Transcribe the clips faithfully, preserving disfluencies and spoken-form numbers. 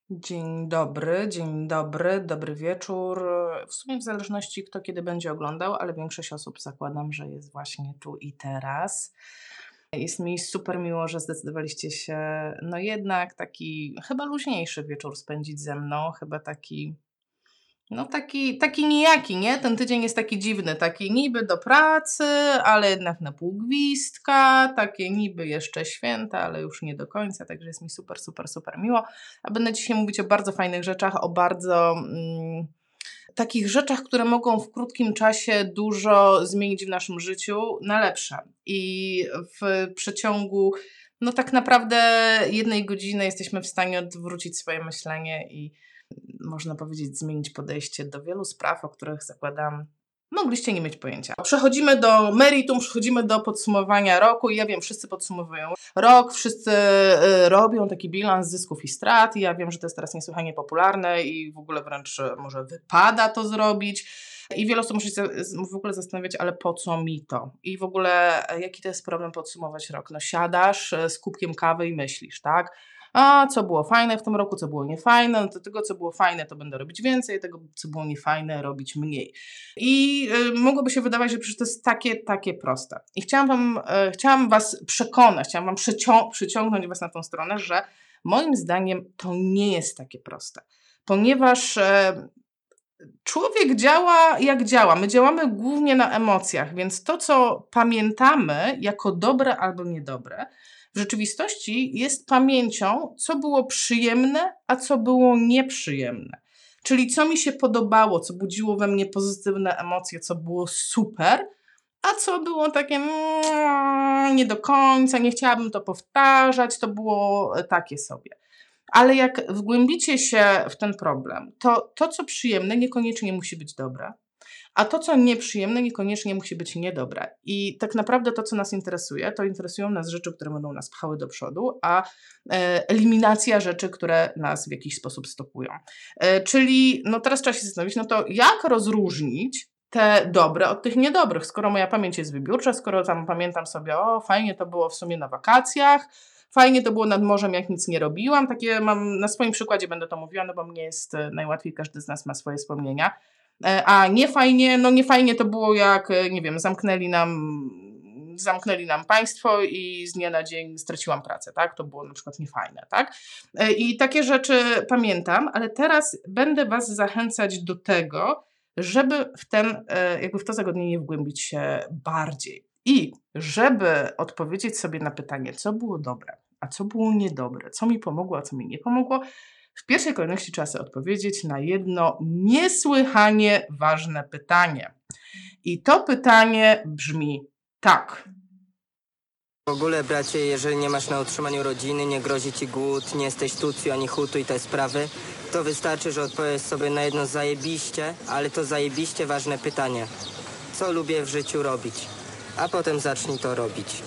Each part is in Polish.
Dzień dobry, dzień dobry, dobry wieczór. W sumie w zależności kto kiedy będzie oglądał, ale większość osób zakładam, że jest właśnie tu i teraz. Jest mi super miło, że zdecydowaliście się, no jednak taki chyba luźniejszy wieczór spędzić ze mną, chyba taki, no taki, taki nijaki, nie? Ten tydzień jest taki dziwny, taki niby do pracy, ale jednak na pół gwizdka, takie niby jeszcze święta, ale już nie do końca, także jest mi super, super, super miło. A będę dzisiaj mówić o bardzo fajnych rzeczach, o bardzo mm, takich rzeczach, które mogą w krótkim czasie dużo zmienić w naszym życiu na lepsze. I w przeciągu, no tak naprawdę jednej godziny jesteśmy w stanie odwrócić swoje myślenie i można powiedzieć, zmienić podejście do wielu spraw, o których zakładam, mogliście nie mieć pojęcia. Przechodzimy do meritum, przechodzimy do podsumowania roku i ja wiem, wszyscy podsumowują rok, wszyscy y, robią taki bilans zysków i strat i ja wiem, że to jest teraz niesłychanie popularne i w ogóle wręcz y, może wypada to zrobić. I wiele osób musi się w ogóle zastanawiać, ale po co mi to? I w ogóle jaki to jest problem podsumować rok? No siadasz z kubkiem kawy i myślisz, tak? A co było fajne w tym roku, co było niefajne, no to tego, co było fajne, to będę robić więcej, tego, co było niefajne, robić mniej. I y, mogłoby się wydawać, że przecież to jest takie, takie proste. I chciałam wam, y, chciałam was przekonać, chciałam wam przycią- przyciągnąć was na tą stronę, że moim zdaniem to nie jest takie proste. Ponieważ y, człowiek działa jak działa. My działamy głównie na emocjach, więc to, co pamiętamy jako dobre albo niedobre, w rzeczywistości jest pamięcią, co było przyjemne, a co było nieprzyjemne. Czyli co mi się podobało, co budziło we mnie pozytywne emocje, co było super, a co było takie mm, nie do końca, nie chciałabym to powtarzać, to było takie sobie. Ale jak wgłębicie się w ten problem, to to, co przyjemne, niekoniecznie musi być dobre, a to, co nieprzyjemne, niekoniecznie musi być niedobre. I tak naprawdę to, co nas interesuje, to interesują nas rzeczy, które będą nas pchały do przodu, a e, eliminacja rzeczy, które nas w jakiś sposób stopują. E, czyli no teraz trzeba się zastanowić, no to jak rozróżnić te dobre od tych niedobrych, skoro moja pamięć jest wybiórcza, skoro tam pamiętam sobie, o fajnie to było w sumie na wakacjach, fajnie to było nad morzem, jak nic nie robiłam. Takie mam, na swoim przykładzie będę to mówiła, no bo mnie jest najłatwiej, każdy z nas ma swoje wspomnienia. A nie fajnie, no nie fajnie to było jak, nie wiem, zamknęli nam, zamknęli nam państwo i z dnia na dzień straciłam pracę, tak? To było na przykład niefajne, tak? I takie rzeczy pamiętam, ale teraz będę was zachęcać do tego, żeby w ten, jakby w to zagadnienie wgłębić się bardziej. I żeby odpowiedzieć sobie na pytanie, co było dobre, a co było niedobre, co mi pomogło, a co mi nie pomogło, w pierwszej kolejności trzeba sobie odpowiedzieć na jedno niesłychanie ważne pytanie. I to pytanie brzmi tak. W ogóle, bracie, jeżeli nie masz na utrzymaniu rodziny, nie grozi ci głód, nie jesteś Tutsi ani Hutu i te sprawy, to wystarczy, że odpowiesz sobie na jedno zajebiście, ale to zajebiście ważne pytanie. Co lubię w życiu robić? A potem zacznij to robić.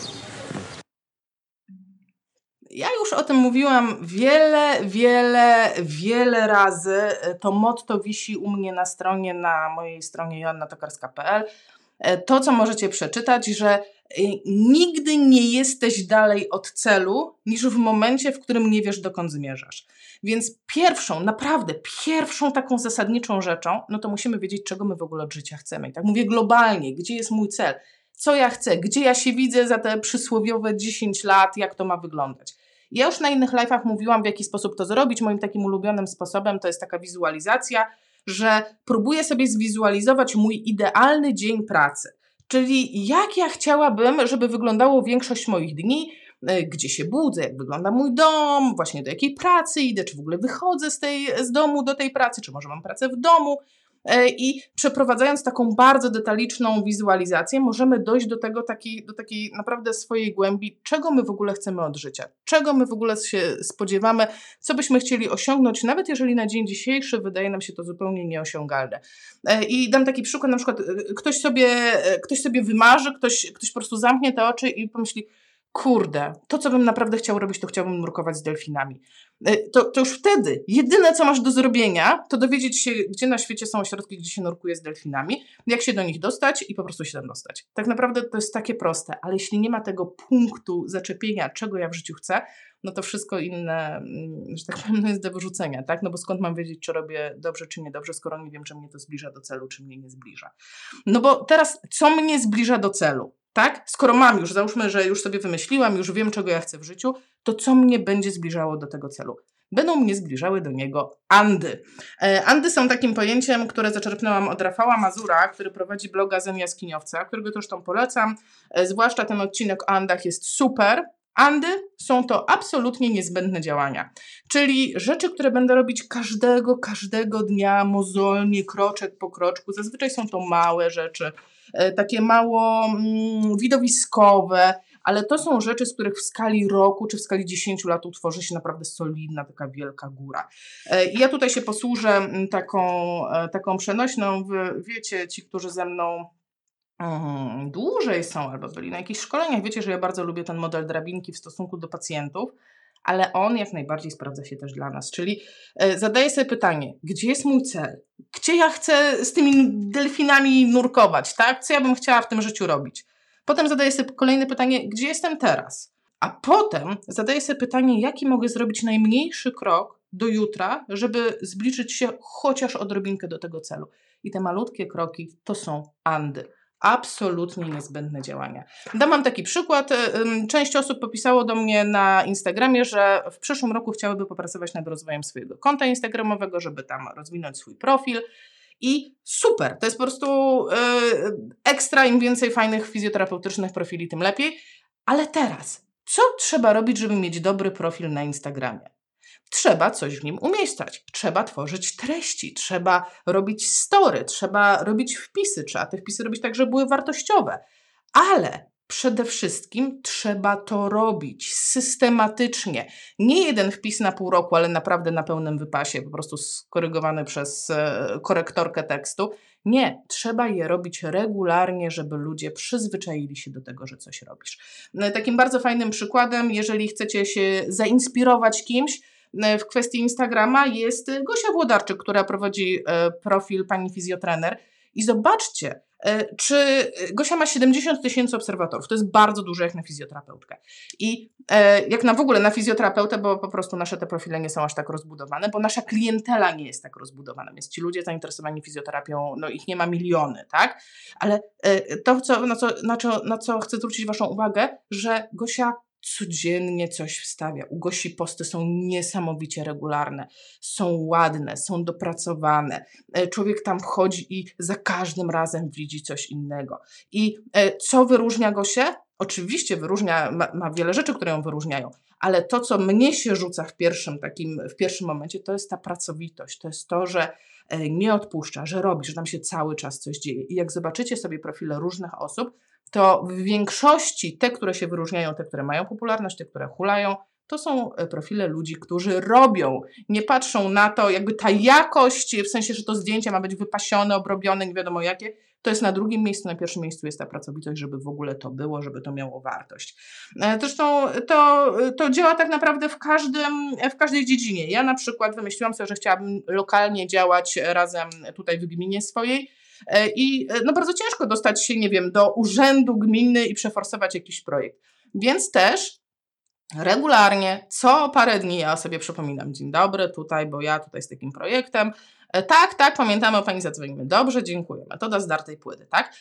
Ja już o tym mówiłam wiele, wiele, wiele razy. To motto wisi u mnie na stronie, na mojej stronie joanna tokarska kropka p l. To, co możecie przeczytać, że nigdy nie jesteś dalej od celu, niż w momencie, w którym nie wiesz, dokąd zmierzasz. Więc pierwszą, naprawdę pierwszą taką zasadniczą rzeczą, no to musimy wiedzieć, czego my w ogóle od życia chcemy. I tak mówię globalnie, gdzie jest mój cel, co ja chcę, gdzie ja się widzę za te przysłowiowe dziesięć lat, jak to ma wyglądać. Ja już na innych live'ach mówiłam, w jaki sposób to zrobić. Moim takim ulubionym sposobem to jest taka wizualizacja, że próbuję sobie zwizualizować mój idealny dzień pracy. Czyli jak ja chciałabym, żeby wyglądało większość moich dni, gdzie się budzę, jak wygląda mój dom, właśnie do jakiej pracy idę, czy w ogóle wychodzę z, tej, z domu do tej pracy, czy może mam pracę w domu. I przeprowadzając taką bardzo detaliczną wizualizację, możemy dojść do tego takiej, do takiej naprawdę swojej głębi, czego my w ogóle chcemy od życia, czego my w ogóle się spodziewamy, co byśmy chcieli osiągnąć, nawet jeżeli na dzień dzisiejszy wydaje nam się to zupełnie nieosiągalne. I dam taki przykład, na przykład ktoś sobie, ktoś sobie wymarzy, ktoś, ktoś po prostu zamknie te oczy i pomyśli, kurde, to co bym naprawdę chciał robić, to chciałbym nurkować z delfinami. To, to już wtedy jedyne, co masz do zrobienia, to dowiedzieć się, gdzie na świecie są ośrodki, gdzie się nurkuje z delfinami, jak się do nich dostać i po prostu się tam dostać. Tak naprawdę to jest takie proste, ale jeśli nie ma tego punktu zaczepienia, czego ja w życiu chcę, no to wszystko inne, że tak powiem, no jest do wyrzucenia, tak? No bo skąd mam wiedzieć, czy robię dobrze, czy niedobrze, skoro nie wiem, czy mnie to zbliża do celu, czy mnie nie zbliża. No bo teraz, co mnie zbliża do celu? Tak? Skoro mam już, załóżmy, że już sobie wymyśliłam, już wiem, czego ja chcę w życiu, to co mnie będzie zbliżało do tego celu? Będą mnie zbliżały do niego Andy. E, Andy są takim pojęciem, które zaczerpnęłam od Rafała Mazura, który prowadzi bloga Zen Jaskiniowca, którego zresztą polecam. E, zwłaszcza ten odcinek o Andach jest super. Andy są to absolutnie niezbędne działania. Czyli rzeczy, które będę robić każdego, każdego dnia, mozolnie, kroczek po kroczku. Zazwyczaj są to małe rzeczy, takie mało mm, widowiskowe, ale to są rzeczy, z których w skali roku czy w skali dziesięciu lat utworzy się naprawdę solidna, taka wielka góra. I ja tutaj się posłużę taką, taką przenośną, wiecie, ci, którzy ze mną um, dłużej są albo byli na jakichś szkoleniach, wiecie, że ja bardzo lubię ten model drabinki w stosunku do pacjentów, ale on jak najbardziej sprawdza się też dla nas. Czyli e, zadaję sobie pytanie, gdzie jest mój cel? Gdzie ja chcę z tymi delfinami nurkować, tak? Co ja bym chciała w tym życiu robić? Potem zadaję sobie kolejne pytanie, gdzie jestem teraz? A potem zadaję sobie pytanie, jaki mogę zrobić najmniejszy krok do jutra, żeby zbliżyć się chociaż odrobinkę do tego celu. I te malutkie kroki to są Andy. Absolutnie niezbędne działania. Dam wam taki przykład. Część osób popisało do mnie na Instagramie, że w przyszłym roku chciałyby popracować nad rozwojem swojego konta instagramowego, żeby tam rozwinąć swój profil. I super, to jest po prostu yy, ekstra, im więcej fajnych fizjoterapeutycznych profili, tym lepiej. Ale teraz, co trzeba robić, żeby mieć dobry profil na Instagramie? Trzeba coś w nim umieszczać, trzeba tworzyć treści, trzeba robić story, trzeba robić wpisy, trzeba te wpisy robić tak, żeby były wartościowe. Ale przede wszystkim trzeba to robić systematycznie. Nie jeden wpis na pół roku, ale naprawdę na pełnym wypasie, po prostu skorygowany przez korektorkę tekstu. Nie, trzeba je robić regularnie, żeby ludzie przyzwyczaili się do tego, że coś robisz. Takim bardzo fajnym przykładem, jeżeli chcecie się zainspirować kimś, w kwestii Instagrama jest Gosia Włodarczyk, która prowadzi profil Pani Fizjotrener. I zobaczcie, czy Gosia ma siedemdziesiąt tysięcy obserwatorów. To jest bardzo dużo jak na fizjoterapeutkę. I jak na w ogóle na fizjoterapeutę, bo po prostu nasze te profile nie są aż tak rozbudowane, bo nasza klientela nie jest tak rozbudowana. Więc ci ludzie zainteresowani fizjoterapią, no ich nie ma miliony, tak? Ale to, co, na, co, na, co, na co chcę zwrócić waszą uwagę, że Gosia codziennie coś wstawia. U Gosi posty są niesamowicie regularne, są ładne, są dopracowane. Człowiek tam wchodzi i za każdym razem widzi coś innego. I co wyróżnia Gosię? Oczywiście wyróżnia, ma, ma wiele rzeczy, które ją wyróżniają, ale to, co mnie się rzuca w pierwszym takim, w pierwszym momencie, to jest ta pracowitość, to jest to, że nie odpuszcza, że robi, że tam się cały czas coś dzieje. I jak zobaczycie sobie profile różnych osób, to w większości te, które się wyróżniają, te, które mają popularność, te, które hulają, to są profile ludzi, którzy robią. Nie patrzą na to, jakby ta jakość, w sensie, że to zdjęcie ma być wypasione, obrobione, nie wiadomo jakie, to jest na drugim miejscu, na pierwszym miejscu jest ta pracowitość, żeby w ogóle to było, żeby to miało wartość. Zresztą to, to działa tak naprawdę w każdym, w każdej dziedzinie. Ja na przykład wymyśliłam sobie, że chciałabym lokalnie działać razem tutaj w gminie swojej, i no bardzo ciężko dostać się, nie wiem, do urzędu gminy i przeforsować jakiś projekt. Więc też regularnie, co parę dni ja sobie przypominam, dzień dobry, tutaj, bo ja tutaj z takim projektem. Tak, tak, pamiętamy o pani, zadzwonimy. Dobrze, dziękuję. Metoda zdartej płyty, tak?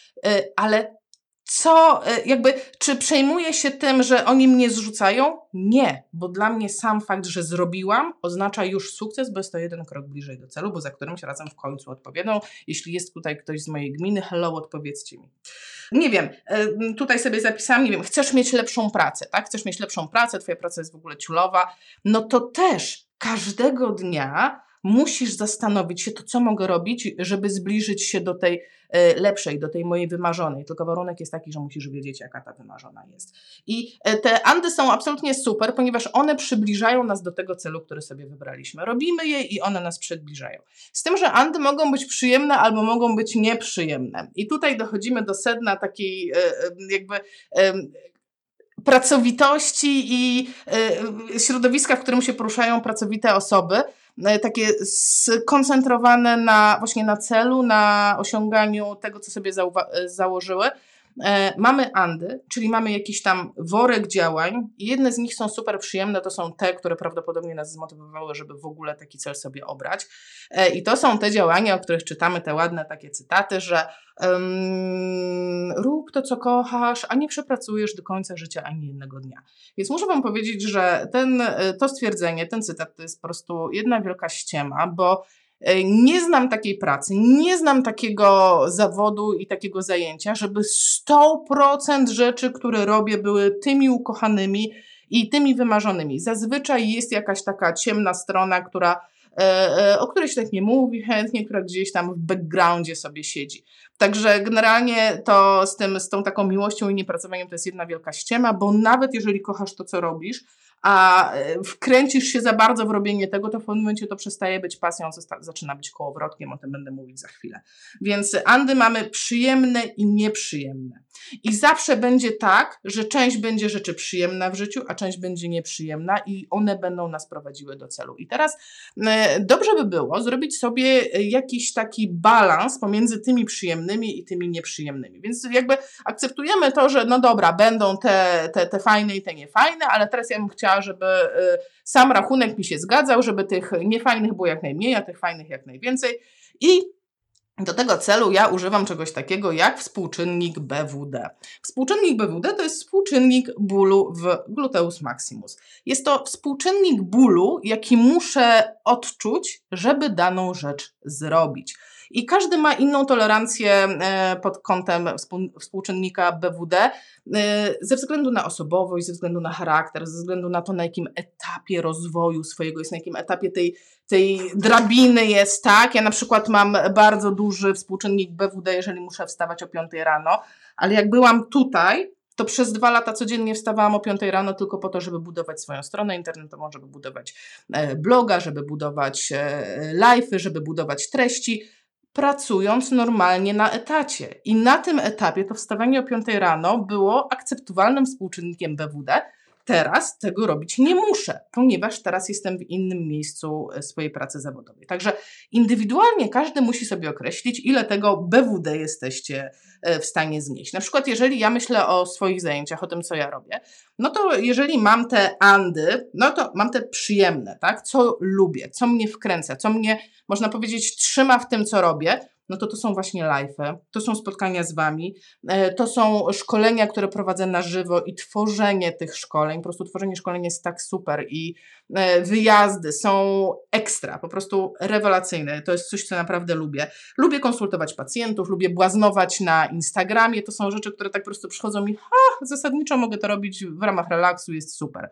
Ale co, jakby, czy przejmuję się tym, że oni mnie zrzucają? Nie, bo dla mnie sam fakt, że zrobiłam, oznacza już sukces, bo jest to jeden krok bliżej do celu, bo za którymś razem w końcu odpowiedzą. Jeśli jest tutaj ktoś z mojej gminy, hello, odpowiedzcie mi. Nie wiem, tutaj sobie zapisałam, nie wiem, chcesz mieć lepszą pracę, tak? Chcesz mieć lepszą pracę, twoja praca jest w ogóle ciulowa, no to też każdego dnia musisz zastanowić się, to co mogę robić, żeby zbliżyć się do tej e, lepszej, do tej mojej wymarzonej. Tylko warunek jest taki, że musisz wiedzieć, jaka ta wymarzona jest. I e, te Andy są absolutnie super, ponieważ one przybliżają nas do tego celu, który sobie wybraliśmy. Robimy je i one nas przybliżają. Z tym, że Andy mogą być przyjemne albo mogą być nieprzyjemne. I tutaj dochodzimy do sedna takiej e, jakby... E, pracowitości i y, środowiska, w którym się poruszają pracowite osoby, y, takie skoncentrowane na, właśnie na celu, na osiąganiu tego, co sobie zauwa- założyły. E, mamy Andy, czyli mamy jakiś tam worek działań i jedne z nich są super przyjemne, to są te, które prawdopodobnie nas zmotywowały, żeby w ogóle taki cel sobie obrać. E, I to są te działania, o których czytamy, te ładne takie cytaty, że um, rób to, co kochasz, a nie przepracujesz do końca życia ani jednego dnia. Więc muszę wam powiedzieć, że ten, to stwierdzenie, ten cytat to jest po prostu jedna wielka ściema, bo nie znam takiej pracy, nie znam takiego zawodu i takiego zajęcia, żeby sto procent rzeczy, które robię, były tymi ukochanymi i tymi wymarzonymi. Zazwyczaj jest jakaś taka ciemna strona, która, e, o której się tak nie mówi chętnie, która gdzieś tam w backgroundzie sobie siedzi. Także generalnie to z, tym, z tą taką miłością i niepracowaniem to jest jedna wielka ściema, bo nawet jeżeli kochasz to, co robisz, a wkręcisz się za bardzo w robienie tego, to w pewnym momencie to przestaje być pasją, zaczyna być kołowrotkiem, o tym będę mówić za chwilę. Więc Andy mamy przyjemne i nieprzyjemne. I zawsze będzie tak, że część będzie rzeczy przyjemna w życiu, a część będzie nieprzyjemna i one będą nas prowadziły do celu. I teraz e, dobrze by było zrobić sobie jakiś taki balans pomiędzy tymi przyjemnymi i tymi nieprzyjemnymi. Więc jakby akceptujemy to, że no dobra, będą te, te, te fajne i te niefajne, ale teraz ja bym chciała, żeby y, sam rachunek mi się zgadzał, żeby tych niefajnych było jak najmniej, a tych fajnych jak najwięcej. I do tego celu ja używam czegoś takiego jak współczynnik B W D. Współczynnik B W D to jest współczynnik bólu w gluteus maximus. Jest to współczynnik bólu, jaki muszę odczuć, żeby daną rzecz zrobić. I każdy ma inną tolerancję pod kątem współczynnika B W D ze względu na osobowość, ze względu na charakter, ze względu na to, na jakim etapie rozwoju swojego jest, na jakim etapie tej, tej drabiny jest, tak? Ja na przykład mam bardzo duży współczynnik B W D, jeżeli muszę wstawać o piątej rano, ale jak byłam tutaj, to przez dwa lata codziennie wstawałam o piątej rano tylko po to, żeby budować swoją stronę internetową, żeby budować bloga, żeby budować live'y, żeby budować treści, pracując normalnie na etacie. I na tym etapie to wstawanie o piątej rano było akceptowalnym współczynnikiem B W D. Teraz tego robić nie muszę, ponieważ teraz jestem w innym miejscu swojej pracy zawodowej. Także indywidualnie każdy musi sobie określić, ile tego B W D jesteście w stanie znieść. Na przykład jeżeli ja myślę o swoich zajęciach, o tym, co ja robię, no to jeżeli mam te Andy, no to mam te przyjemne, tak? Co lubię, co mnie wkręca, co mnie, można powiedzieć, trzyma w tym, co robię, no to to są właśnie live'y, to są spotkania z wami, to są szkolenia, które prowadzę na żywo i tworzenie tych szkoleń, po prostu tworzenie szkoleń jest tak super i wyjazdy są ekstra, po prostu rewelacyjne, to jest coś, co naprawdę lubię. Lubię konsultować pacjentów, lubię błaznować na Instagramie, to są rzeczy, które tak po prostu przychodzą mi, ha, zasadniczo mogę to robić w ramach relaksu, jest super.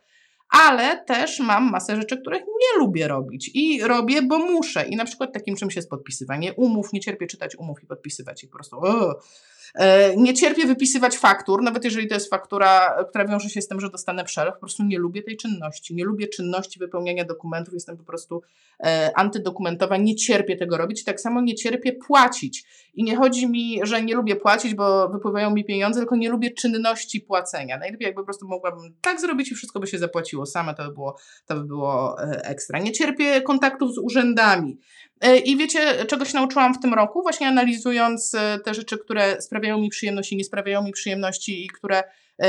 Ale też mam masę rzeczy, których nie lubię robić i robię, bo muszę. I na przykład takim czymś jest podpisywanie umów. Nie cierpię czytać umów i podpisywać ich po prostu. Ugh. Nie cierpię wypisywać faktur, nawet jeżeli to jest faktura, która wiąże się z tym, że dostanę przelew. Po prostu nie lubię tej czynności. Nie lubię czynności wypełniania dokumentów. Jestem po prostu e, antydokumentowa. Nie cierpię tego robić. Tak samo nie cierpię płacić. I nie chodzi mi, że nie lubię płacić, bo wypływają mi pieniądze, tylko nie lubię czynności płacenia. Najlepiej jakby po prostu mogłabym tak zrobić i wszystko by się zapłaciło same. To by było, to by było ekstra. Nie cierpię kontaktów z urzędami. I wiecie, czego się nauczyłam w tym roku? Właśnie analizując te rzeczy, które sprawiają mi przyjemność i nie sprawiają mi przyjemności i które yy,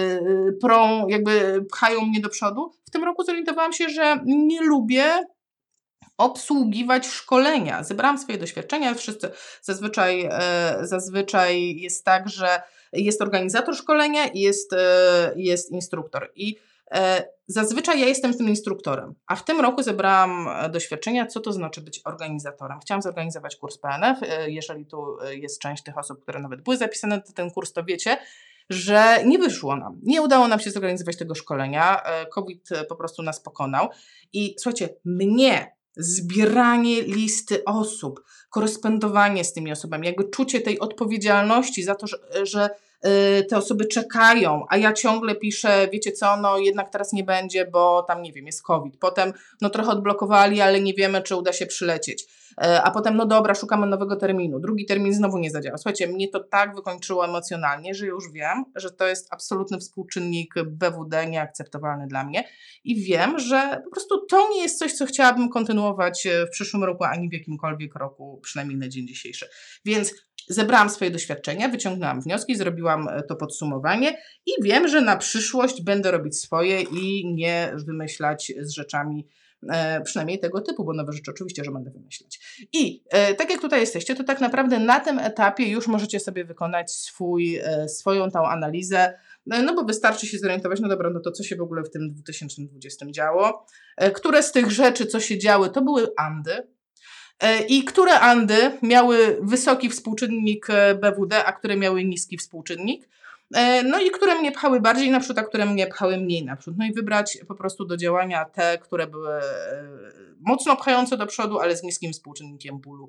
prą, jakby pchają mnie do przodu. W tym roku zorientowałam się, że nie lubię obsługiwać szkolenia. Zebrałam swoje doświadczenia, wszyscy zazwyczaj, yy, zazwyczaj jest tak, że jest organizator szkolenia i jest, yy, jest instruktor. I zazwyczaj ja jestem tym instruktorem, a w tym roku zebrałam doświadczenia, co to znaczy być organizatorem. Chciałam zorganizować kurs P N F, jeżeli tu jest część tych osób, które nawet były zapisane na ten kurs, to wiecie, że nie wyszło nam. Nie udało nam się zorganizować tego szkolenia, COVID po prostu nas pokonał i słuchajcie, mnie zbieranie listy osób, korespondowanie z tymi osobami, jakby czucie tej odpowiedzialności za to, że, że te osoby czekają, a ja ciągle piszę, wiecie co, no jednak teraz nie będzie, bo tam nie wiem, jest COVID. Potem no trochę odblokowali, ale nie wiemy, czy uda się przylecieć. E, A potem, no dobra, szukamy nowego terminu. Drugi termin znowu nie zadziała. Słuchajcie, mnie to tak wykończyło emocjonalnie, że już wiem, że to jest absolutny współczynnik B W D nieakceptowalny dla mnie i wiem, że po prostu to nie jest coś, co chciałabym kontynuować w przyszłym roku, ani w jakimkolwiek roku, przynajmniej na dzień dzisiejszy. Więc zebrałam swoje doświadczenia, wyciągnęłam wnioski, zrobiłam to podsumowanie i wiem, że na przyszłość będę robić swoje i nie wymyślać z rzeczami e, przynajmniej tego typu, bo nowe rzeczy oczywiście, że będę wymyślać. I e, tak jak tutaj jesteście, to tak naprawdę na tym etapie już możecie sobie wykonać swój, e, swoją tą analizę, no bo wystarczy się zorientować, no dobra, no to co się w ogóle w tym dwa tysiące dwudziestym działo, e, które z tych rzeczy, co się działy, to były Andy, i które Andy miały wysoki współczynnik B W D, a które miały niski współczynnik. No i które mnie pchały bardziej naprzód, a które mnie pchały mniej naprzód. No i wybrać po prostu do działania te, które były mocno pchające do przodu, ale z niskim współczynnikiem bólu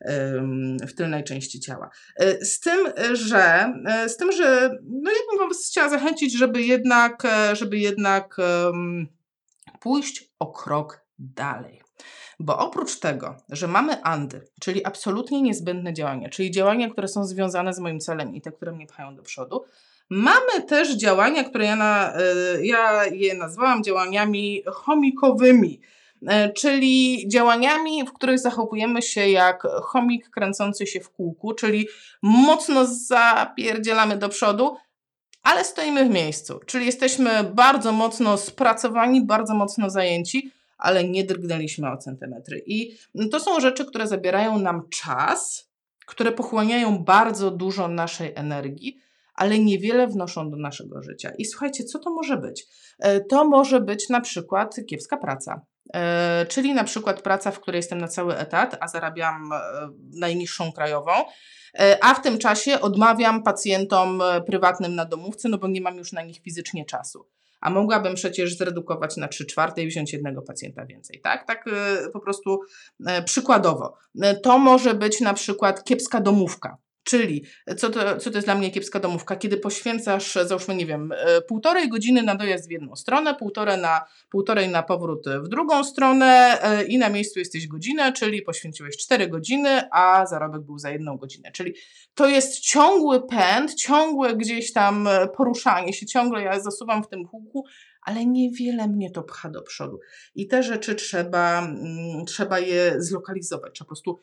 w tylnej części ciała. Z tym, że, z tym, że no ja bym was chciała zachęcić, żeby jednak, żeby jednak um, pójść o krok dalej. Bo oprócz tego, że mamy Andy, czyli absolutnie niezbędne działania, czyli działania, które są związane z moim celem i te, które mnie pchają do przodu, mamy też działania, które ja, na, ja je nazwałam działaniami chomikowymi, czyli działaniami, w których zachowujemy się jak chomik kręcący się w kółku, czyli mocno zapierdzielamy do przodu, ale stoimy w miejscu, czyli jesteśmy bardzo mocno spracowani, bardzo mocno zajęci, ale nie drgnęliśmy o centymetry. I to są rzeczy, które zabierają nam czas, które pochłaniają bardzo dużo naszej energii, ale niewiele wnoszą do naszego życia. I słuchajcie, co to może być? To może być na przykład kiepska praca. Czyli na przykład praca, w której jestem na cały etat, a zarabiam najniższą krajową, a w tym czasie odmawiam pacjentom prywatnym na domówce, no bo nie mam już na nich fizycznie czasu. A mogłabym przecież zredukować na trzy czwarte i wziąć jednego pacjenta więcej, tak? Tak po prostu przykładowo. To może być na przykład kiepska domówka. Czyli, co to, co to jest dla mnie kiepska domówka? Kiedy poświęcasz, załóżmy, nie wiem, półtorej godziny na dojazd w jedną stronę, półtorej na, półtorej na powrót w drugą stronę i na miejscu jesteś godzinę, czyli poświęciłeś cztery godziny, a zarobek był za jedną godzinę. Czyli to jest ciągły pęd, ciągłe gdzieś tam poruszanie się, ciągle ja zasuwam w tym kółku, ale niewiele mnie to pcha do przodu. I te rzeczy trzeba, mm, trzeba je zlokalizować, trzeba po prostu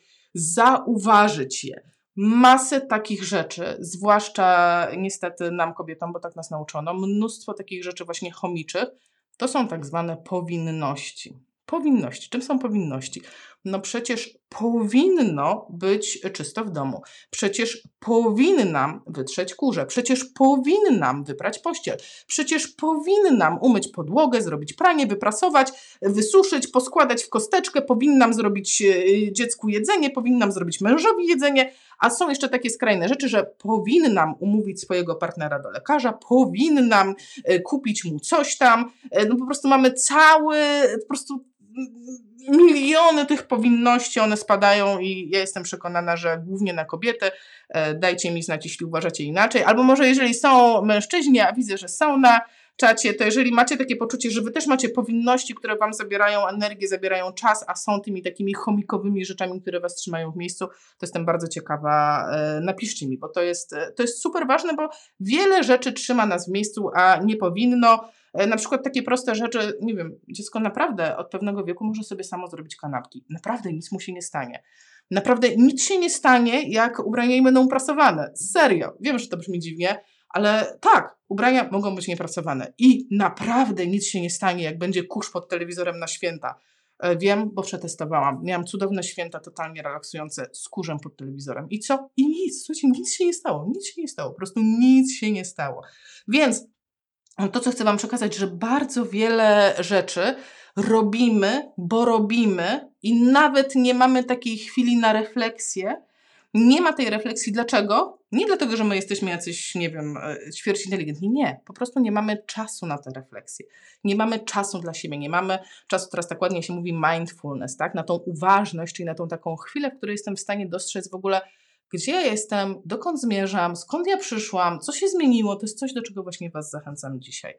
zauważyć je. Masę takich rzeczy, zwłaszcza niestety nam kobietom, bo tak nas nauczono, mnóstwo takich rzeczy właśnie chomiczych, to są tak zwane powinności. Powinności. Czym są powinności? No przecież powinno być czysto w domu. Przecież powinnam wytrzeć kurze. Przecież powinnam wyprać pościel. Przecież powinnam umyć podłogę, zrobić pranie, wyprasować, wysuszyć, poskładać w kosteczkę. Powinnam zrobić dziecku jedzenie, powinnam zrobić mężowi jedzenie. A są jeszcze takie skrajne rzeczy, że powinnam umówić swojego partnera do lekarza, powinnam kupić mu coś tam. No po prostu mamy cały, po prostu miliony tych powinności, one spadają i ja jestem przekonana, że głównie na kobiety. Dajcie mi znać, jeśli uważacie inaczej. Albo może jeżeli są mężczyźni, a widzę, że są na czacie, to jeżeli macie takie poczucie, że wy też macie powinności, które wam zabierają energię, zabierają czas, a są tymi takimi chomikowymi rzeczami, które was trzymają w miejscu, to jestem bardzo ciekawa. Napiszcie mi, bo to jest, to jest super ważne, bo wiele rzeczy trzyma nas w miejscu, a nie powinno. Na przykład takie proste rzeczy, nie wiem, dziecko naprawdę od pewnego wieku może sobie samo zrobić kanapki. Naprawdę nic mu się nie stanie. Naprawdę nic się nie stanie, jak ubrania im będą prasowane. Serio. Wiem, że to brzmi dziwnie, ale tak, ubrania mogą być nieprasowane. I naprawdę nic się nie stanie, jak będzie kurz pod telewizorem na święta. Wiem, bo przetestowałam. Miałam cudowne święta, totalnie relaksujące, z kurzem pod telewizorem. I co? I nic. Słuchajcie, nic się nie stało. Nic się nie stało. Po prostu nic się nie stało. Więc to, co chcę wam przekazać, że bardzo wiele rzeczy robimy, bo robimy i nawet nie mamy takiej chwili na refleksję. Nie ma tej refleksji. Dlaczego? Nie dlatego, że my jesteśmy jacyś, nie wiem, ćwierć inteligentni. Nie. Po prostu nie mamy czasu na tę refleksję. Nie mamy czasu dla siebie. Nie mamy czasu, teraz tak ładnie się mówi mindfulness, tak? Na tą uważność, czyli na tą taką chwilę, w której jestem w stanie dostrzec w ogóle gdzie ja jestem, dokąd zmierzam, skąd ja przyszłam, co się zmieniło, to jest coś, do czego właśnie Was zachęcam dzisiaj.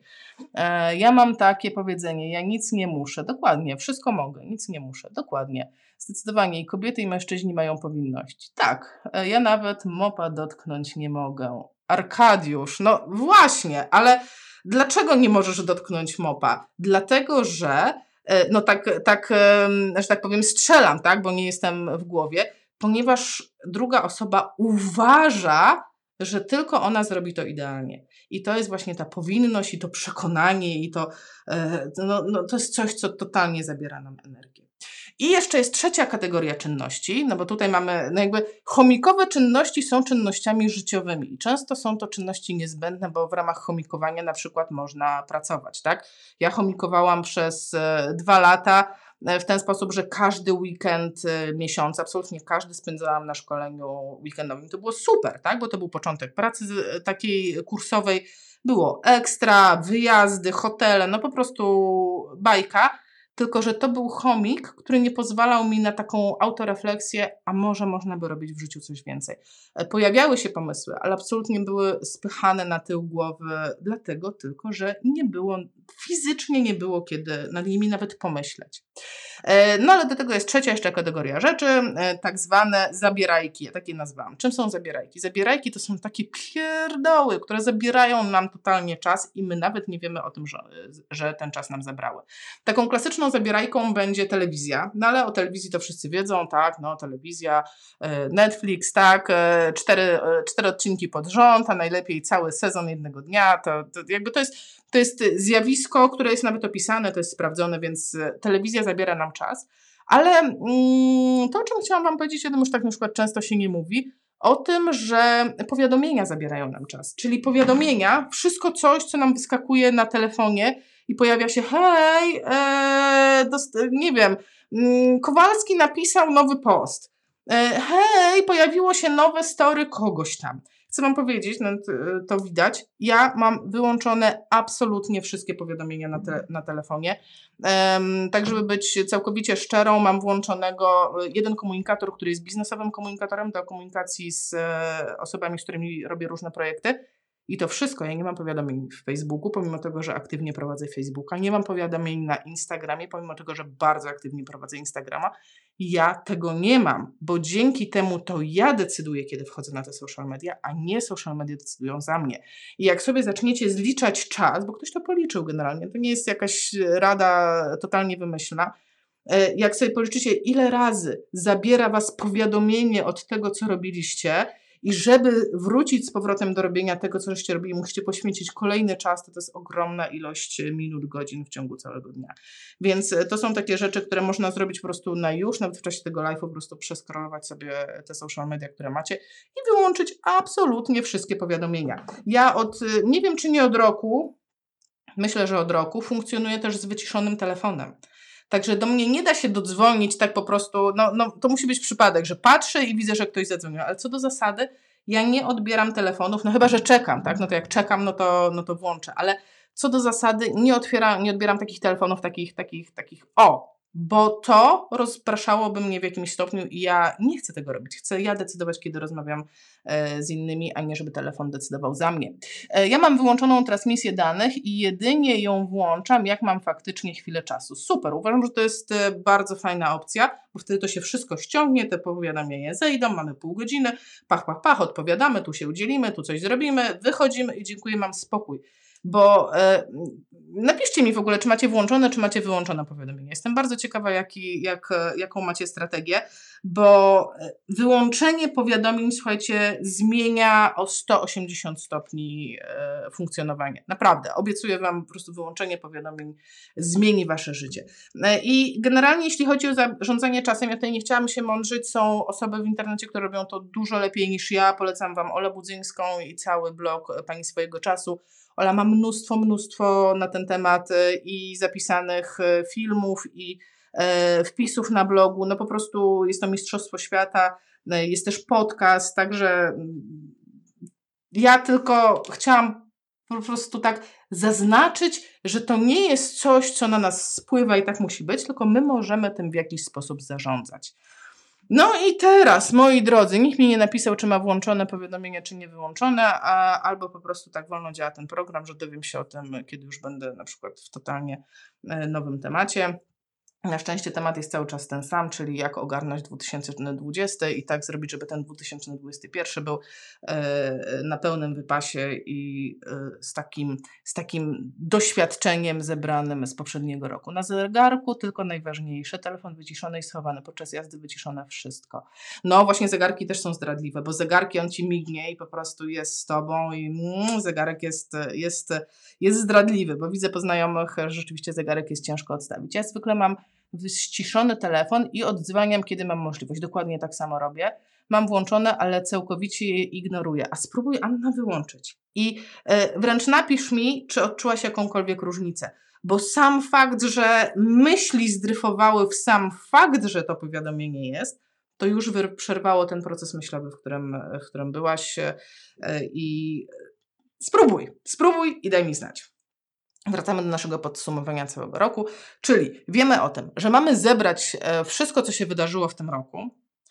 E, ja mam takie powiedzenie, ja nic nie muszę, dokładnie, wszystko mogę, nic nie muszę, dokładnie. Zdecydowanie i kobiety i mężczyźni mają powinności. Tak, e, ja nawet mopa dotknąć nie mogę. Arkadiusz, no właśnie, ale dlaczego nie możesz dotknąć mopa? Dlatego, że e, no tak, tak, em, że tak powiem, strzelam, tak, bo nie jestem w głowie, ponieważ druga osoba uważa, że tylko ona zrobi to idealnie. I to jest właśnie ta powinność i to przekonanie i to, e, no, no, to jest coś, co totalnie zabiera nam energię. I jeszcze jest trzecia kategoria czynności, no bo tutaj mamy, no jakby chomikowe czynności są czynnościami życiowymi i często są to czynności niezbędne, bo w ramach chomikowania na przykład można pracować, tak? Ja chomikowałam przez e, dwa lata e, w ten sposób, że każdy weekend e, miesiąca, absolutnie każdy spędzałam na szkoleniu weekendowym. To było super, tak? Bo to był początek pracy z, takiej kursowej, było ekstra, wyjazdy, hotele, no po prostu bajka. Tylko że to był chomik, który nie pozwalał mi na taką autorefleksję, a może można by robić w życiu coś więcej. E, Pojawiały się pomysły, ale absolutnie były spychane na tył głowy, dlatego tylko, że nie było, fizycznie nie było kiedy nad nimi nawet pomyśleć. E, No ale do tego jest trzecia jeszcze kategoria rzeczy, e, tak zwane zabierajki, ja takie nazwałam. Czym są zabierajki? Zabierajki to są takie pierdoły, które zabierają nam totalnie czas i my nawet nie wiemy o tym, że, że ten czas nam zabrały. Taką klasyczną zabierajką będzie telewizja, no ale o telewizji to wszyscy wiedzą, tak, no telewizja, e, Netflix, tak, e, cztery, e, cztery odcinki pod rząd, a najlepiej cały sezon jednego dnia, to, to jakby to jest, to jest zjawisko, które jest nawet opisane, to jest sprawdzone, więc e, telewizja zabiera nam czas, ale mm, to, o czym chciałam Wam powiedzieć, o tym już tak na przykład często się nie mówi, o tym, że powiadomienia zabierają nam czas, czyli powiadomienia, wszystko coś, co nam wyskakuje na telefonie, i pojawia się, hej, ee, dost- nie wiem, mm, Kowalski napisał nowy post. E, hej, pojawiło się nowe story kogoś tam. Chcę Wam powiedzieć, no, t- to widać, ja mam wyłączone absolutnie wszystkie powiadomienia na, te- na telefonie. Em, tak, żeby być całkowicie szczerą, mam włączonego jeden komunikator, który jest biznesowym komunikatorem do komunikacji z e, osobami, z którymi robię różne projekty. I to wszystko, ja nie mam powiadomień w Facebooku, pomimo tego, że aktywnie prowadzę Facebooka, nie mam powiadomień na Instagramie, pomimo tego, że bardzo aktywnie prowadzę Instagrama. Ja tego nie mam, bo dzięki temu to ja decyduję, kiedy wchodzę na te social media, a nie social media decydują za mnie. I jak sobie zaczniecie zliczać czas, bo ktoś to policzył generalnie, to nie jest jakaś rada totalnie wymyślna, e, jak sobie policzycie, ile razy zabiera Was powiadomienie od tego, co robiliście, i żeby wrócić z powrotem do robienia tego, co żeście robili, musicie poświęcić kolejny czas, to to jest ogromna ilość minut, godzin w ciągu całego dnia. Więc e, to są takie rzeczy, które można zrobić po prostu na już, nawet w czasie tego live'u po prostu przeskrolować sobie te social media, które macie i wyłączyć absolutnie wszystkie powiadomienia. Ja od, e, nie wiem czy nie od roku, myślę, że od roku, funkcjonuję też z wyciszonym telefonem. Także do mnie nie da się dodzwonić tak po prostu, no, no to musi być przypadek, że patrzę i widzę, że ktoś zadzwonił, ale co do zasady, ja nie odbieram telefonów, no chyba, że czekam, tak, no to jak czekam, no to, no to włączę, ale co do zasady nie, otwieram, nie odbieram takich telefonów, takich, takich, takich, o, bo to rozpraszałoby mnie w jakimś stopniu i ja nie chcę tego robić, chcę ja decydować, kiedy rozmawiam e, z innymi, a nie żeby telefon decydował za mnie. E, ja mam wyłączoną transmisję danych i jedynie ją włączam, jak mam faktycznie chwilę czasu. Super, uważam, że to jest e, bardzo fajna opcja, bo wtedy to się wszystko ściągnie, te powiadomienia zejdą, mamy pół godziny, pach, pach, pach, odpowiadamy, tu się udzielimy, tu coś zrobimy, wychodzimy i dziękuję, mam spokój. Bo e, napiszcie mi w ogóle, czy macie włączone, czy macie wyłączone powiadomienia. Jestem bardzo ciekawa, jaki, jak, jaką macie strategię, bo wyłączenie powiadomień, słuchajcie, zmienia o sto osiemdziesiąt stopni e, funkcjonowanie. Naprawdę, obiecuję Wam po prostu wyłączenie powiadomień zmieni Wasze życie. E, I generalnie jeśli chodzi o zarządzanie czasem, ja tutaj nie chciałam się mądrzyć, są osoby w internecie, które robią to dużo lepiej niż ja. Polecam Wam Olę Budzyńską i cały blog Pani Swojego Czasu. Ola ma mnóstwo, mnóstwo na ten temat i zapisanych filmów, i wpisów na blogu. No po prostu jest to Mistrzostwo Świata, jest też podcast, także ja tylko chciałam po prostu tak zaznaczyć, że to nie jest coś, co na nas spływa i tak musi być, tylko my możemy tym w jakiś sposób zarządzać. No i teraz, moi drodzy, nikt mi nie napisał, czy ma włączone powiadomienia, czy nie wyłączone, a, albo po prostu tak wolno działa ten program, że dowiem się o tym, kiedy już będę na przykład w totalnie e, nowym temacie. Na szczęście temat jest cały czas ten sam, czyli jak ogarnąć dwa tysiące dwudziesty i tak zrobić, żeby ten dwa tysiące dwudziesty pierwszy był e, na pełnym wypasie i e, z, takim, z takim doświadczeniem zebranym z poprzedniego roku. Na zegarku tylko najważniejsze, telefon wyciszony i schowany, podczas jazdy wyciszone wszystko. No właśnie zegarki też są zdradliwe, bo zegarki on ci mignie i po prostu jest z tobą i mm, zegarek jest, jest, jest zdradliwy, bo widzę po znajomych, że rzeczywiście zegarek jest ciężko odstawić. Ja zwykle mam ściszony telefon i oddzwaniam, kiedy mam możliwość. Dokładnie tak samo robię. Mam włączone, ale całkowicie je ignoruję. A spróbuj, Anna, wyłączyć. I e, wręcz napisz mi, czy odczułaś jakąkolwiek różnicę. Bo sam fakt, że myśli zdryfowały w sam fakt, że to powiadomienie jest, to już przerwało ten proces myślowy, w którym, w którym byłaś. E, I spróbuj, spróbuj i daj mi znać. Wracamy do naszego podsumowania całego roku, czyli wiemy o tym, że mamy zebrać wszystko, co się wydarzyło w tym roku.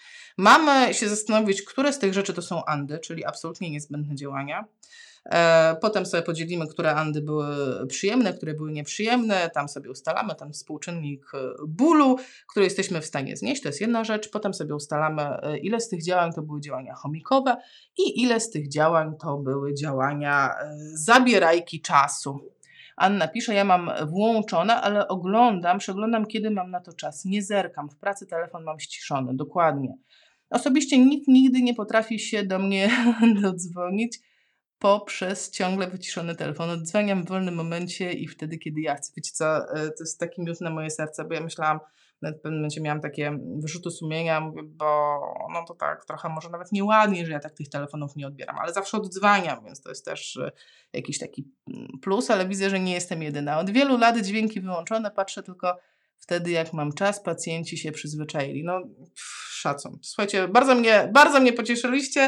Mamy się zastanowić, które z tych rzeczy to są andy, czyli absolutnie niezbędne działania. Potem sobie podzielimy, które andy były przyjemne, które były nieprzyjemne. Tam sobie ustalamy ten współczynnik bólu, który jesteśmy w stanie znieść. To jest jedna rzecz. Potem sobie ustalamy, ile z tych działań to były działania chomikowe i ile z tych działań to były działania zabierajki czasu. Anna pisze, ja mam włączone, ale oglądam, przeglądam, kiedy mam na to czas. Nie zerkam. W pracy telefon mam ściszony. Dokładnie. Osobiście nikt nigdy nie potrafi się do mnie dodzwonić poprzez ciągle wyciszony telefon. Oddzwaniam w wolnym momencie i wtedy, kiedy ja chcę. Wiecie co, to jest taki miód na moje serce, bo ja myślałam, w pewnym momencie miałam takie wyrzuty sumienia, mówię, bo no to tak trochę może nawet nieładnie, że ja tak tych telefonów nie odbieram, ale zawsze oddzwaniam, więc to jest też jakiś taki plus, ale widzę, że nie jestem jedyna. Od wielu lat dźwięki wyłączone, patrzę tylko wtedy, jak mam czas, pacjenci się przyzwyczaili. No, pff, szacun. Słuchajcie, bardzo mnie, bardzo mnie pocieszyliście,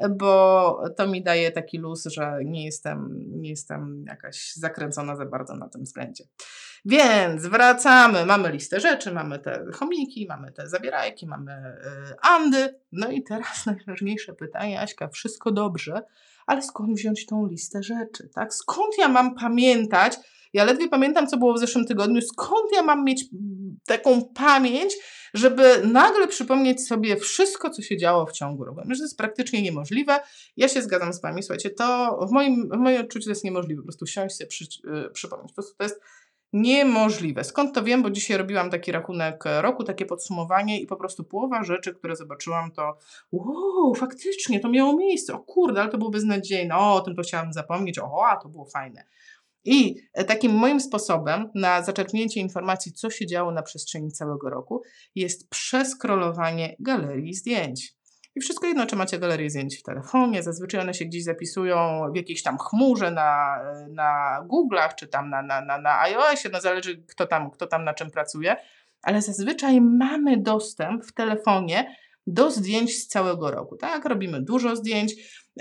bo to mi daje taki luz, że nie jestem, nie jestem jakaś zakręcona za bardzo na tym względzie. Więc wracamy. Mamy listę rzeczy, mamy te chomiki, mamy te zabierajki, mamy yy, andy. No i teraz najważniejsze pytanie, Aśka, wszystko dobrze, ale skąd wziąć tą listę rzeczy, tak? Skąd ja mam pamiętać? Ja ledwie pamiętam, co było w zeszłym tygodniu. Skąd ja mam mieć taką pamięć, żeby nagle przypomnieć sobie wszystko, co się działo w ciągu roku? Myślę, że to jest praktycznie niemożliwe. Ja się zgadzam z wami. Słuchajcie, to w moim, w moim odczuciu to jest niemożliwe. Po prostu siąść sobie przy, yy, przypomnieć. Po prostu to jest niemożliwe. Skąd to wiem? Bo dzisiaj robiłam taki rachunek roku, takie podsumowanie i po prostu połowa rzeczy, które zobaczyłam, to wow, faktycznie to miało miejsce. O kurde, ale to było beznadziejne. O, o tym to chciałam zapomnieć. O, a to było fajne. I takim moim sposobem na zaczerpnięcie informacji, co się działo na przestrzeni całego roku, jest przeskrolowanie galerii zdjęć. I wszystko jedno, czy macie galerię zdjęć w telefonie, zazwyczaj one się gdzieś zapisują w jakiejś tam chmurze na, na Google'ach, czy tam na, na, na, na iOSie, no zależy kto tam, kto tam na czym pracuje, ale zazwyczaj mamy dostęp w telefonie do zdjęć z całego roku. Tak, robimy dużo zdjęć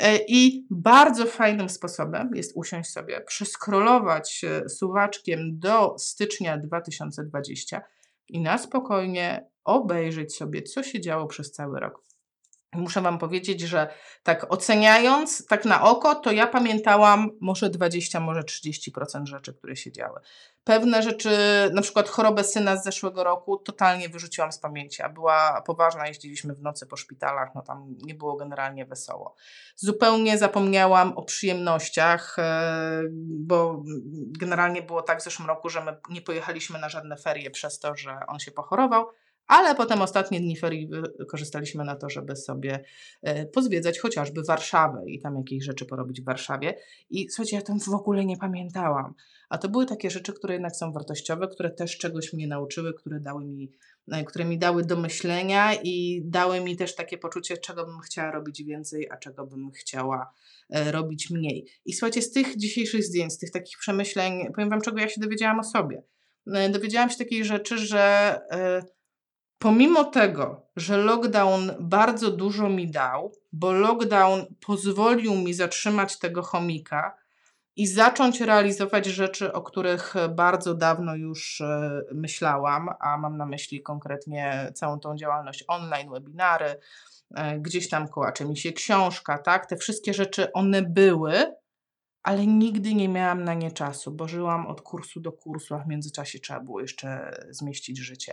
i bardzo fajnym sposobem jest usiąść sobie, przeskrolować suwaczkiem do stycznia dwa tysiące dwudziestego i na spokojnie obejrzeć sobie, co się działo przez cały rok. Muszę wam powiedzieć, że tak oceniając, tak na oko, to ja pamiętałam może dwadzieścia, może trzydzieści procent rzeczy, które się działy. Pewne rzeczy, na przykład chorobę syna z zeszłego roku, totalnie wyrzuciłam z pamięci, a była poważna, jeździliśmy w nocy po szpitalach, no tam nie było generalnie wesoło. Zupełnie zapomniałam o przyjemnościach, bo generalnie było tak w zeszłym roku, że my nie pojechaliśmy na żadne ferie przez to, że on się pochorował, ale potem ostatnie dni ferii wykorzystaliśmy na to, żeby sobie pozwiedzać chociażby Warszawę i tam jakieś rzeczy porobić w Warszawie. I słuchajcie, ja tam w ogóle nie pamiętałam. A to były takie rzeczy, które jednak są wartościowe, które też czegoś mnie nauczyły, które dały mi, które mi dały do myślenia i dały mi też takie poczucie, czego bym chciała robić więcej, a czego bym chciała robić mniej. I słuchajcie, z tych dzisiejszych zdjęć, z tych takich przemyśleń, powiem wam, czego ja się dowiedziałam o sobie. Dowiedziałam się takiej rzeczy, że pomimo tego, że lockdown bardzo dużo mi dał, bo lockdown pozwolił mi zatrzymać tego chomika i zacząć realizować rzeczy, o których bardzo dawno już e, myślałam, a mam na myśli konkretnie całą tą działalność online, webinary, e, gdzieś tam kołacze mi się książka, tak? Te wszystkie rzeczy, one były, ale nigdy nie miałam na nie czasu, bo żyłam od kursu do kursu, a w międzyczasie trzeba było jeszcze zmieścić życie.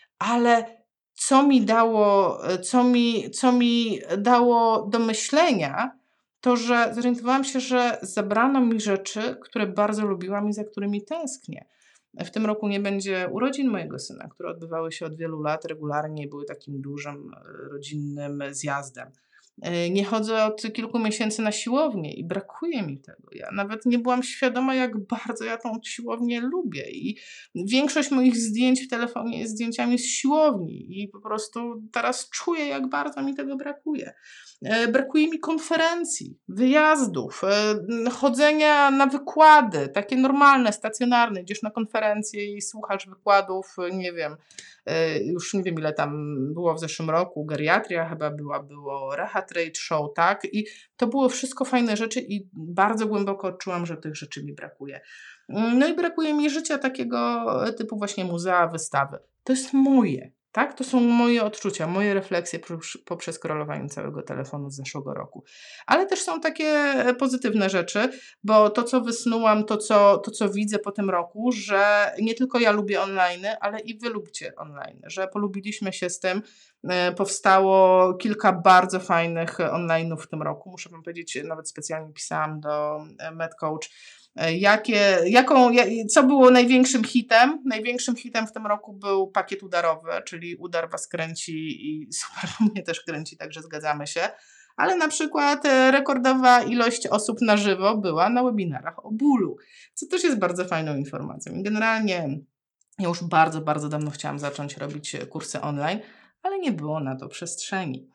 Ale co mi dało, co mi, co mi dało do myślenia, to że zorientowałam się, że zabrano mi rzeczy, które bardzo lubiłam i za którymi tęsknię. W tym roku nie będzie urodzin mojego syna, które odbywały się od wielu lat regularnie i były takim dużym e, rodzinnym zjazdem. E, Nie chodzę od kilku miesięcy na siłownię i brakuje mi tego. Ja nawet nie byłam świadoma, jak bardzo ja tą siłownię lubię. I większość moich zdjęć w telefonie jest zdjęciami z siłowni i po prostu teraz czuję, jak bardzo mi tego brakuje. E, Brakuje mi konferencji, wyjazdów, e, chodzenia na wykłady, takie normalne, stacjonarne. Idziesz na konferencję i słuchasz wykładów, e, nie wiem, e, już nie wiem ile tam było w zeszłym roku, geriatria chyba była, było Reha Trade Show, tak? I to było wszystko fajne rzeczy i bardzo głęboko odczułam, że tych rzeczy mi brakuje. No i brakuje mi życia takiego typu właśnie muzea, wystawy. To jest moje, tak? To są moje odczucia, moje refleksje poprzez- poprzez scrollowanie całego telefonu z zeszłego roku. Ale też są takie pozytywne rzeczy, bo to, co wysnułam, to co, to, co widzę po tym roku, że nie tylko ja lubię online, ale i wy lubicie online, że polubiliśmy się z tym. E, Powstało kilka bardzo fajnych online'ów w tym roku. Muszę wam powiedzieć, nawet specjalnie pisałam do e, MedCoach, E, Jakie, jaką, ja- co było największym hitem? Największym hitem w tym roku był pakiet udarowy, czyli udar was kręci i super mnie też kręci, także zgadzamy się. Ale na przykład e, rekordowa ilość osób na żywo była na webinarach o bólu, co też jest bardzo fajną informacją. I generalnie ja już bardzo, bardzo dawno chciałam zacząć robić e, kursy online, ale nie było na to przestrzeni.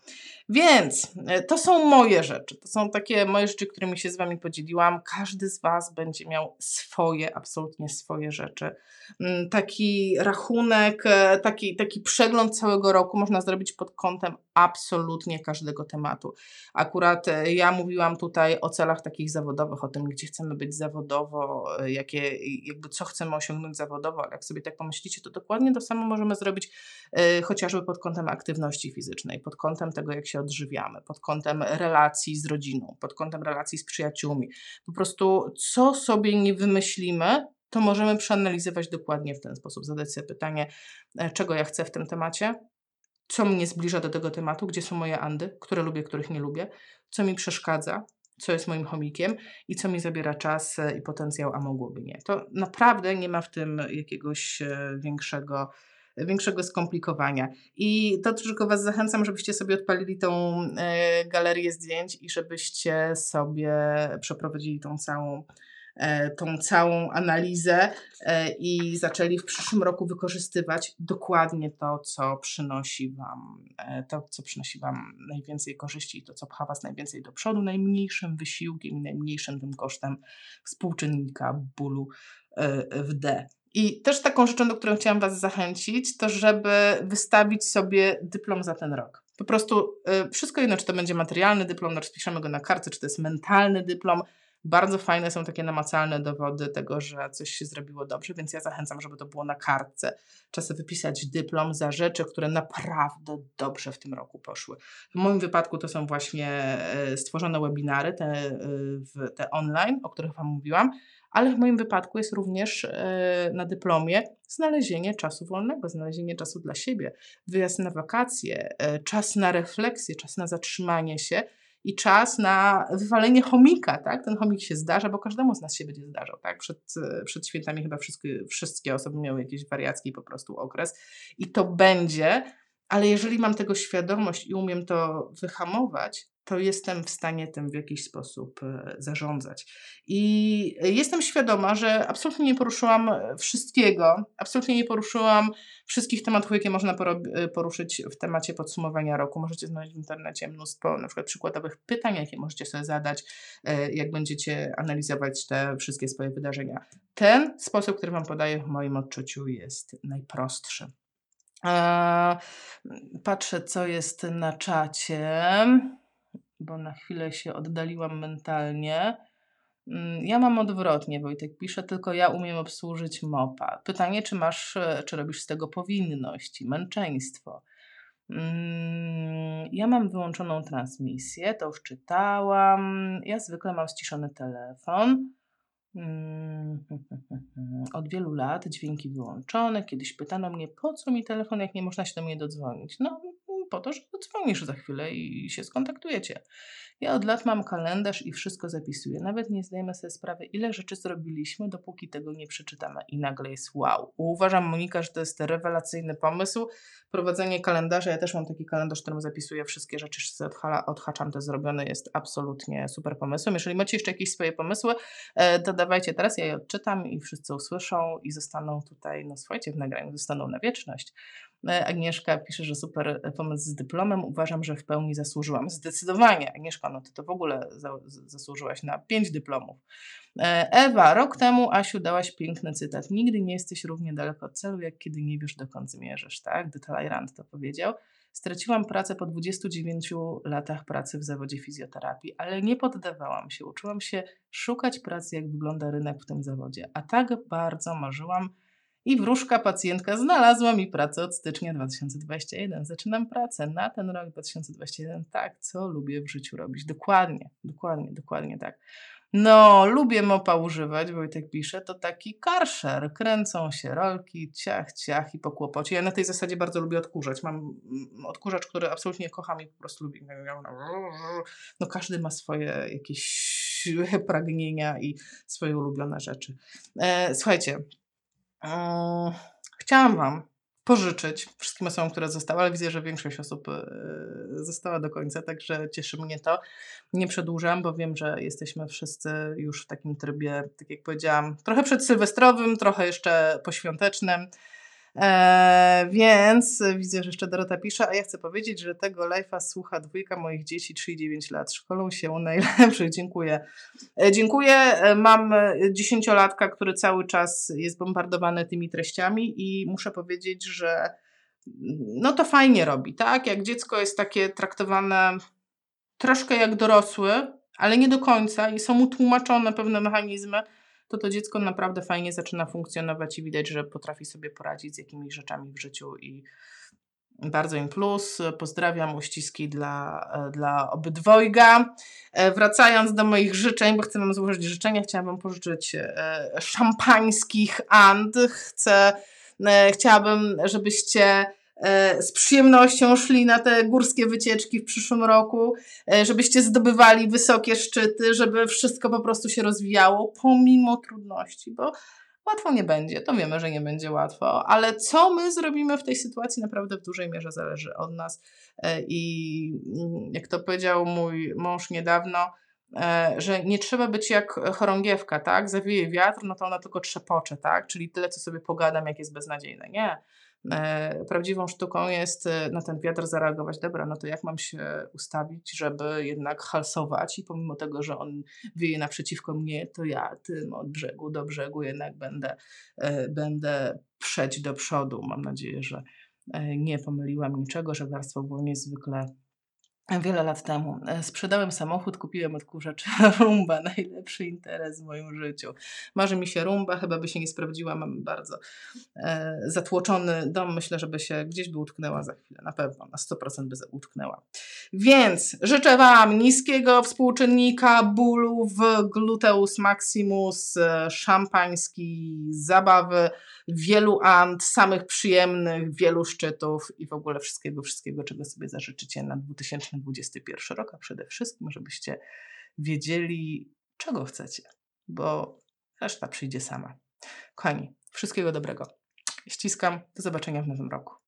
Więc e, to są moje rzeczy. To są takie moje rzeczy, którymi się z wami podzieliłam. Każdy z was będzie miał swoje, absolutnie swoje rzeczy. Mm, Taki rachunek, e, taki, taki przegląd całego roku można zrobić pod kątem absolutnie każdego tematu. Akurat e, ja mówiłam tutaj o celach takich zawodowych, o tym, gdzie chcemy być zawodowo, e, jakie, jakby co chcemy osiągnąć zawodowo, ale jak sobie tak pomyślicie, to dokładnie to samo możemy zrobić e, chociażby pod kątem aktywności fizycznej, pod kątem tego, jak się odżywiamy, pod kątem relacji z rodziną, pod kątem relacji z przyjaciółmi. Po prostu co sobie nie wymyślimy, to możemy przeanalizować dokładnie w ten sposób, zadać sobie pytanie, e, czego ja chcę w tym temacie, co mnie zbliża do tego tematu, gdzie są moje andy, które lubię, których nie lubię, co mi przeszkadza, co jest moim chomikiem i co mi zabiera czas e, i potencjał, a mogłoby nie. To naprawdę nie ma w tym jakiegoś e, większego, większego skomplikowania. I to tylko was zachęcam, żebyście sobie odpalili tą e, galerię zdjęć i żebyście sobie przeprowadzili tą całą e, tą całą analizę e, i zaczęli w przyszłym roku wykorzystywać dokładnie to, co przynosi wam, e, to, co przynosi wam najwięcej korzyści i to, co pcha was najwięcej do przodu, najmniejszym wysiłkiem i najmniejszym tym kosztem współczynnika bólu e, w D. I też taką rzeczą, do której chciałam was zachęcić, to żeby wystawić sobie dyplom za ten rok. Po prostu y, wszystko jedno, czy to będzie materialny dyplom, no, czy piszemy go na kartce, czy to jest mentalny dyplom. Bardzo fajne są takie namacalne dowody tego, że coś się zrobiło dobrze, więc ja zachęcam, żeby to było na kartce. Trzeba sobie wypisać dyplom za rzeczy, które naprawdę dobrze w tym roku poszły. W moim wypadku to są właśnie e, stworzone webinary, te, e, w- te online, o których wam mówiłam, ale w moim wypadku jest również e, na dyplomie znalezienie czasu wolnego, znalezienie czasu dla siebie, wyjazd na wakacje, e, czas na refleksję, czas na zatrzymanie się i czas na wywalenie chomika, tak? Ten chomik się zdarza, bo każdemu z nas się będzie zdarzał, tak? Przed, e, przed świętami chyba wszystkie, wszystkie osoby miały jakiś wariacki po prostu okres i to będzie, ale jeżeli mam tego świadomość i umiem to wyhamować, to jestem w stanie tym w jakiś sposób e, zarządzać. I jestem świadoma, że absolutnie nie poruszyłam wszystkiego, absolutnie nie poruszyłam wszystkich tematów, jakie można porob- poruszyć w temacie podsumowania roku. Możecie znaleźć w internecie mnóstwo na przykład przykładowych pytań, jakie możecie sobie zadać, e, jak będziecie analizować te wszystkie swoje wydarzenia. Ten sposób, który wam podaję w moim odczuciu jest najprostszy. Eee, Patrzę, co jest na czacie, bo na chwilę się oddaliłam mentalnie. Mm, Ja mam odwrotnie, Wojtek pisze, tylko ja umiem obsłużyć mopa. Pytanie, czy masz, e, czy robisz z tego powinność i męczeństwo? Mm, Ja mam wyłączoną transmisję, to już czytałam. Ja zwykle mam ściszony telefon. Mm, Od wielu lat dźwięki wyłączone. Kiedyś pytano mnie, po co mi telefon, jak nie można się do mnie dodzwonić. No, po to, że dodzwonisz za chwilę i się skontaktujecie. Ja od lat mam kalendarz i wszystko zapisuję. Nawet nie zdajemy sobie sprawy, ile rzeczy zrobiliśmy, dopóki tego nie przeczytamy. I nagle jest wow. Uważam, Monika, że to jest rewelacyjny pomysł. Prowadzenie kalendarza. Ja też mam taki kalendarz, w którym zapisuję wszystkie rzeczy, że sobie odhala- odhaczam te zrobione. Jest absolutnie super pomysłem. Jeżeli macie jeszcze jakieś swoje pomysły, e, to dawajcie teraz, ja je odczytam i wszyscy usłyszą i zostaną tutaj, no słuchajcie, w nagraniu, zostaną na wieczność. E, Agnieszka pisze, że super e, pomysł z dyplomem. Uważam, że w pełni zasłużyłam. Zdecydowanie, Agnieszka, no ty to w ogóle za, z- zasłużyłaś na pięć dyplomów. E, Ewa, rok temu, Asiu, dałaś piękny cytat. Nigdy nie jesteś równie daleko od celu, jak kiedy nie wiesz, dokąd zmierzysz, tak? De Talleyrand to powiedział. Straciłam pracę po dwudziestu dziewięciu latach pracy w zawodzie fizjoterapii, ale nie poddawałam się. Uczyłam się szukać pracy, jak wygląda rynek w tym zawodzie. A tak bardzo marzyłam i wróżka pacjentka znalazła mi pracę od stycznia dwa tysiące dwudziestego pierwszego. Zaczynam pracę na ten rok dwa tysiące dwudziesty pierwszy. Tak, co lubię w życiu robić. Dokładnie, dokładnie, dokładnie tak. No, lubię mopa używać, Wojtek pisze, to taki karszer. Kręcą się rolki, ciach, ciach i po kłopocie. Ja na tej zasadzie bardzo lubię odkurzać. Mam mm, odkurzacz, który absolutnie kocham i po prostu lubię. No każdy ma swoje jakieś pragnienia i swoje ulubione rzeczy. E, słuchajcie, mm, chciałam Wam pożyczyć wszystkim osobom, które zostały, ale widzę, że większość osób e, została do końca, także cieszy mnie to. Nie przedłużam, bo wiem, że jesteśmy wszyscy już w takim trybie, tak jak powiedziałam, trochę przedsylwestrowym, trochę jeszcze poświątecznym. Eee, więc widzę, że jeszcze Dorota pisze, a ja chcę powiedzieć, że tego live'a słucha dwójka moich dzieci, trzy i dziewięć lat. Szkolą się u najlepszych. Dziękuję. E, Dziękuję. E, Mam e, dziesięciolatka, który cały czas jest bombardowany tymi treściami i muszę powiedzieć, że mm, no to fajnie robi, tak? Jak dziecko jest takie traktowane troszkę jak dorosły, ale nie do końca i są mu tłumaczone pewne mechanizmy, to to dziecko naprawdę fajnie zaczyna funkcjonować i widać, że potrafi sobie poradzić z jakimiś rzeczami w życiu i bardzo im plus. Pozdrawiam, uściski dla, e, dla obydwojga. E, Wracając do moich życzeń, bo chcę Wam złożyć życzenia, chciałabym pożyczyć e, szampańskich and. Chcę, e, chciałabym, żebyście e, z przyjemnością szli na te górskie wycieczki w przyszłym roku, e, żebyście zdobywali wysokie szczyty, żeby wszystko po prostu się rozwijało pomimo trudności, bo łatwo nie będzie, to wiemy, że nie będzie łatwo, ale co my zrobimy w tej sytuacji naprawdę w dużej mierze zależy od nas. E, I mm, jak to powiedział mój mąż niedawno, e, że nie trzeba być jak chorągiewka, tak? Zawieje wiatr, no to ona tylko trzepocze, tak? Czyli tyle, co sobie pogadam, jak jest beznadziejne. Nie. E, Prawdziwą sztuką jest e, na ten wiatr zareagować. Dobra, no to jak mam się ustawić, żeby jednak halsować i pomimo tego, że on wieje naprzeciwko mnie, to ja tym od brzegu do brzegu jednak będę, e, będę przeć do przodu. Mam nadzieję, że e, nie pomyliłam niczego, że warstwo było niezwykle wiele lat temu. E, Sprzedałem samochód, kupiłem odkurzacz Rumba, najlepszy interes w moim życiu. Marzy mi się Rumba, chyba by się nie sprawdziła, mam bardzo e, zatłoczony dom, myślę, żeby się gdzieś by utknęła za chwilę, na pewno, na sto procent by za- utknęła. Więc życzę Wam niskiego współczynnika bólu w gluteus maximus, e, szampański, zabawy, wielu ant, samych przyjemnych, wielu szczytów i w ogóle wszystkiego, wszystkiego, czego sobie zażyczycie na dwa tysiące dwudziesty pierwszy rok, a przede wszystkim, żebyście wiedzieli, czego chcecie, bo reszta przyjdzie sama. Kochani, wszystkiego dobrego. Ściskam. Do zobaczenia w nowym roku.